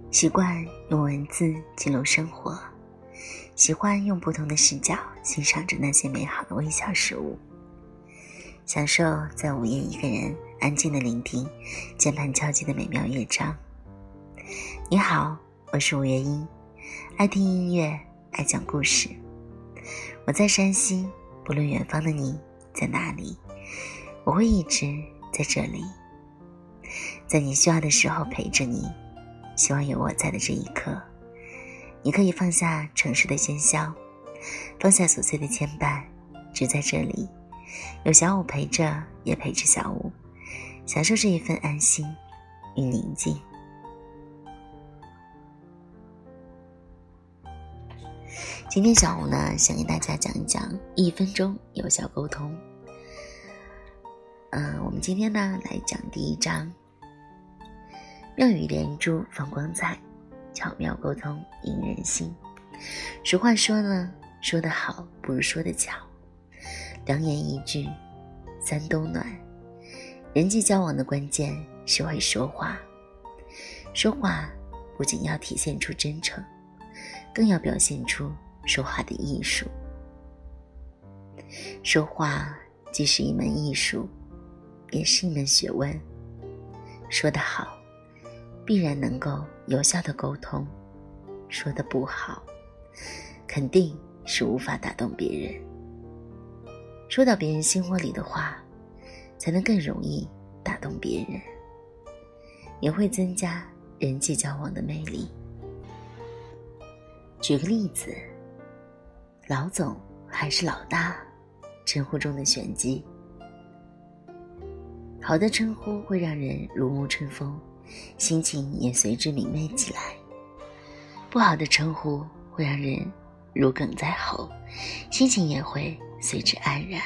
习惯用文字记录生活，喜欢用不同的视角欣赏着那些美好的微小事物，享受在午夜一个人安静的聆听键盘敲击的美妙乐章。你好，我是五月音，爱听音乐，爱讲故事。我在山西，不论远方的你在哪里，我会一直在这里，在你需要的时候陪着你。希望有我在的这一刻，你可以放下城市的喧嚣，放下琐碎的牵绊，只在这里，有小五陪着，也陪着小五，享受这一份安心与宁静。今天小五呢，想给大家讲一讲1分钟有效沟通。我们今天呢来讲第一章，妙语连珠放光彩，巧妙沟通赢人心。俗话说呢，说得好不如说得巧，良言一句三冬暖。人际交往的关键是会说话，说话不仅要体现出真诚，更要表现出说话的艺术。说话既是一门艺术，也是一门学问。说得好，必然能够有效的沟通；说得不好，肯定是无法打动别人。说到别人心窝里的话，才能更容易打动别人，也会增加人际交往的魅力。举个例子，老总还是老大，称呼中的玄机。好的称呼会让人如沐春风，心情也随之明媚起来。不好的称呼会让人如鲠在喉，心情也会随之黯然。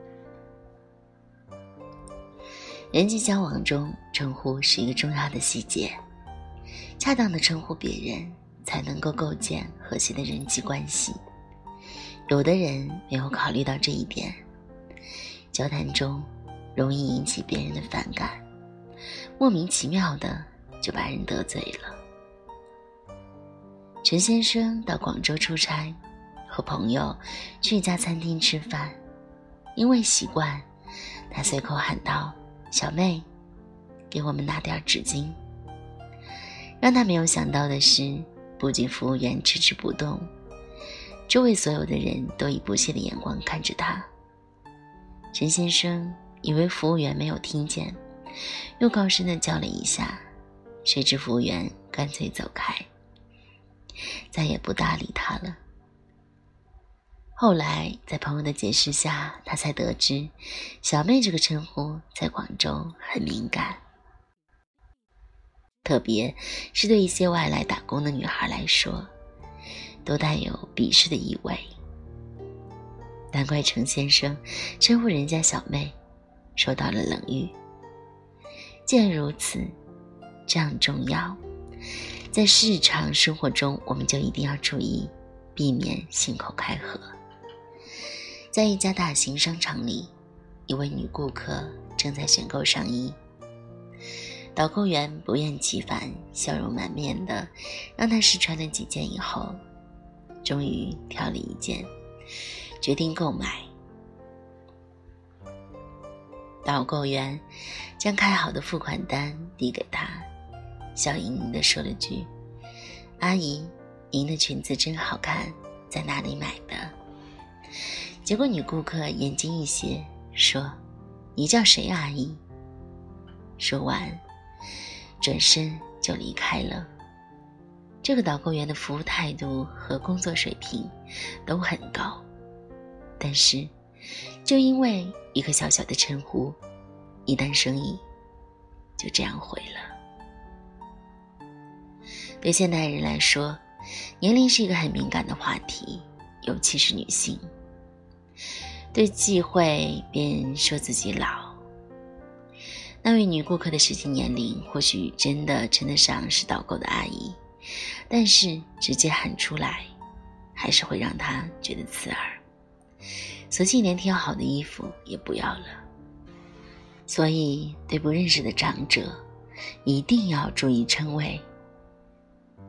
人际交往中，称呼是一个重要的细节，恰当的称呼别人，才能够构建和谐的人际关系。有的人没有考虑到这一点，交谈中容易引起别人的反感，莫名其妙的就把人得罪了。陈先生到广州出差，和朋友去一家餐厅吃饭，因为习惯，他随口喊道：“小妹，给我们拿点纸巾。”让他没有想到的是，不仅服务员迟迟不动，周围所有的人都以不屑的眼光看着他。陈先生以为服务员没有听见，又高声地叫了一下，谁知服务员干脆走开，再也不搭理他了。后来在朋友的解释下，他才得知小妹这个称呼在广州很敏感，特别是对一些外来打工的女孩来说，都带有鄙视的意味。难怪程先生称呼人家小妹受到了冷遇。既然如此，这样重要，在日常生活中我们就一定要注意，避免信口开河。在一家大型商场里，一位女顾客正在选购上衣，导购员不厌其烦，笑容满面的让她试穿了几件以后，终于挑了一件，决定购买。导购员将开好的付款单递给她，笑盈盈地说了句：“阿姨，您的裙子真好看，在哪里买的？”结果女顾客眼睛一斜，说：“你叫谁阿姨？”说完转身就离开了。这个导购员的服务态度和工作水平都很高，但是就因为一个小小的称呼，一单生意就这样毁了。对现代人来说，年龄是一个很敏感的话题，尤其是女性。对忌讳别人说自己老，那位女顾客的实际年龄或许真的称得上是导购的阿姨，但是直接喊出来还是会让她觉得刺耳，索性连挑好的衣服也不要了。所以对不认识的长者一定要注意称谓，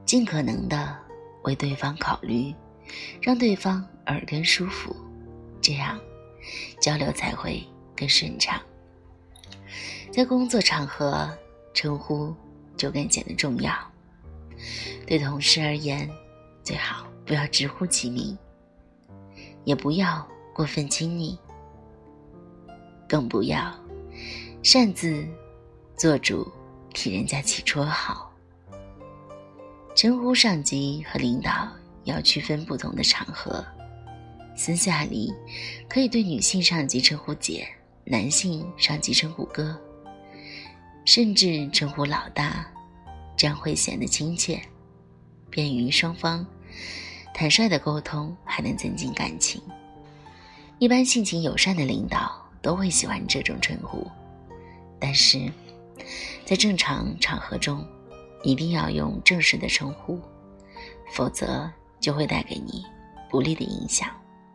尽可能的为对方考虑，让对方耳根舒服，这样交流才会更顺畅。在工作场合，称呼就更显得重要。对同事而言，最好不要直呼其名，也不要过分亲昵，更不要擅自做主替人家起绰号。称呼上级和领导要区分不同的场合，私下里可以对女性上级称呼姐，男性上级称呼哥，甚至称呼老大，这样会显得亲切，便于双方坦率的沟通，还能增进感情。一般性情友善的领导都会喜欢这种称呼，但是在正常场合中一定要用正式的称呼，否则就会带给你不利的影响。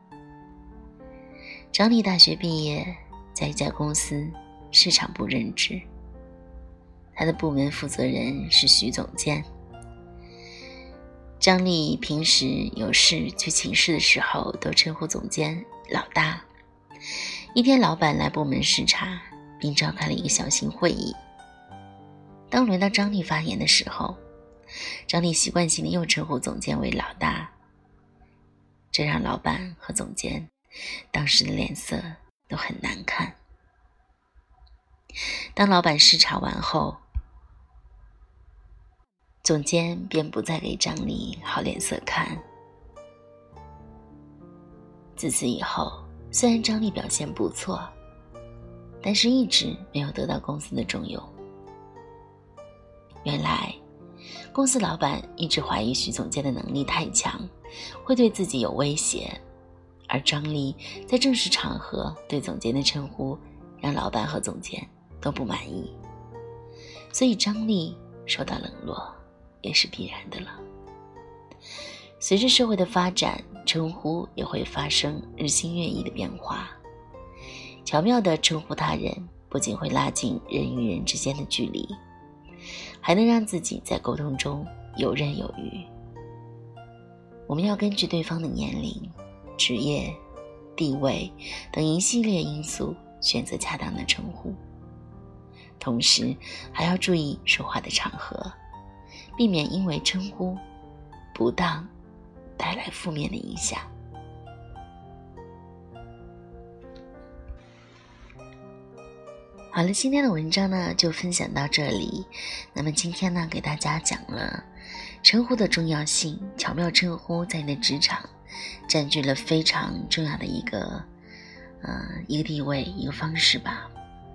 张丽大学毕业，在一家公司市场部任职，他的部门负责人是徐总监。张丽平时有事去请示的时候，都称呼总监老大。一天，老板来部门视察，并召开了一个小型会议。当轮到张丽发言的时候，张丽习惯性的又称呼总监为老大，这让老板和总监当时的脸色都很难看。当老板视察完后，总监便不再给张丽好脸色看。自此以后，虽然张丽表现不错，但是一直没有得到公司的重用。原来公司老板一直怀疑徐总监的能力太强，会对自己有威胁，而张丽在正式场合对总监的称呼让老板和总监都不满意，所以张丽受到冷落也是必然的了。随着社会的发展，称呼也会发生日新月异的变化。巧妙地称呼他人，不仅会拉近人与人之间的距离，还能让自己在沟通中游刃有余。我们要根据对方的年龄、职业、地位等一系列因素选择恰当的称呼，同时还要注意说话的场合，避免因为称呼不当带来负面的影响。好了，今天的文章呢就分享到这里。那么今天呢给大家讲了称呼的重要性，巧妙称呼在你的职场占据了非常重要的一个地位，一个方式吧。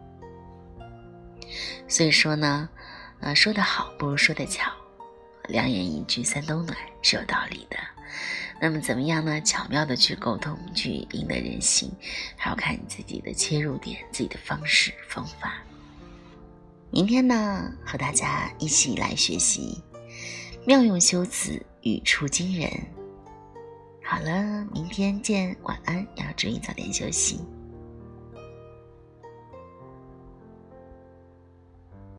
所以说呢说得好不如说得巧，良言一句三冬暖是有道理的。那么怎么样呢？巧妙的去沟通，去赢得人心，还要看你自己的切入点，自己的方式方法。明天呢和大家一起来学习妙用修辞，语出惊人。好了，明天见，晚安，要注意早点休息。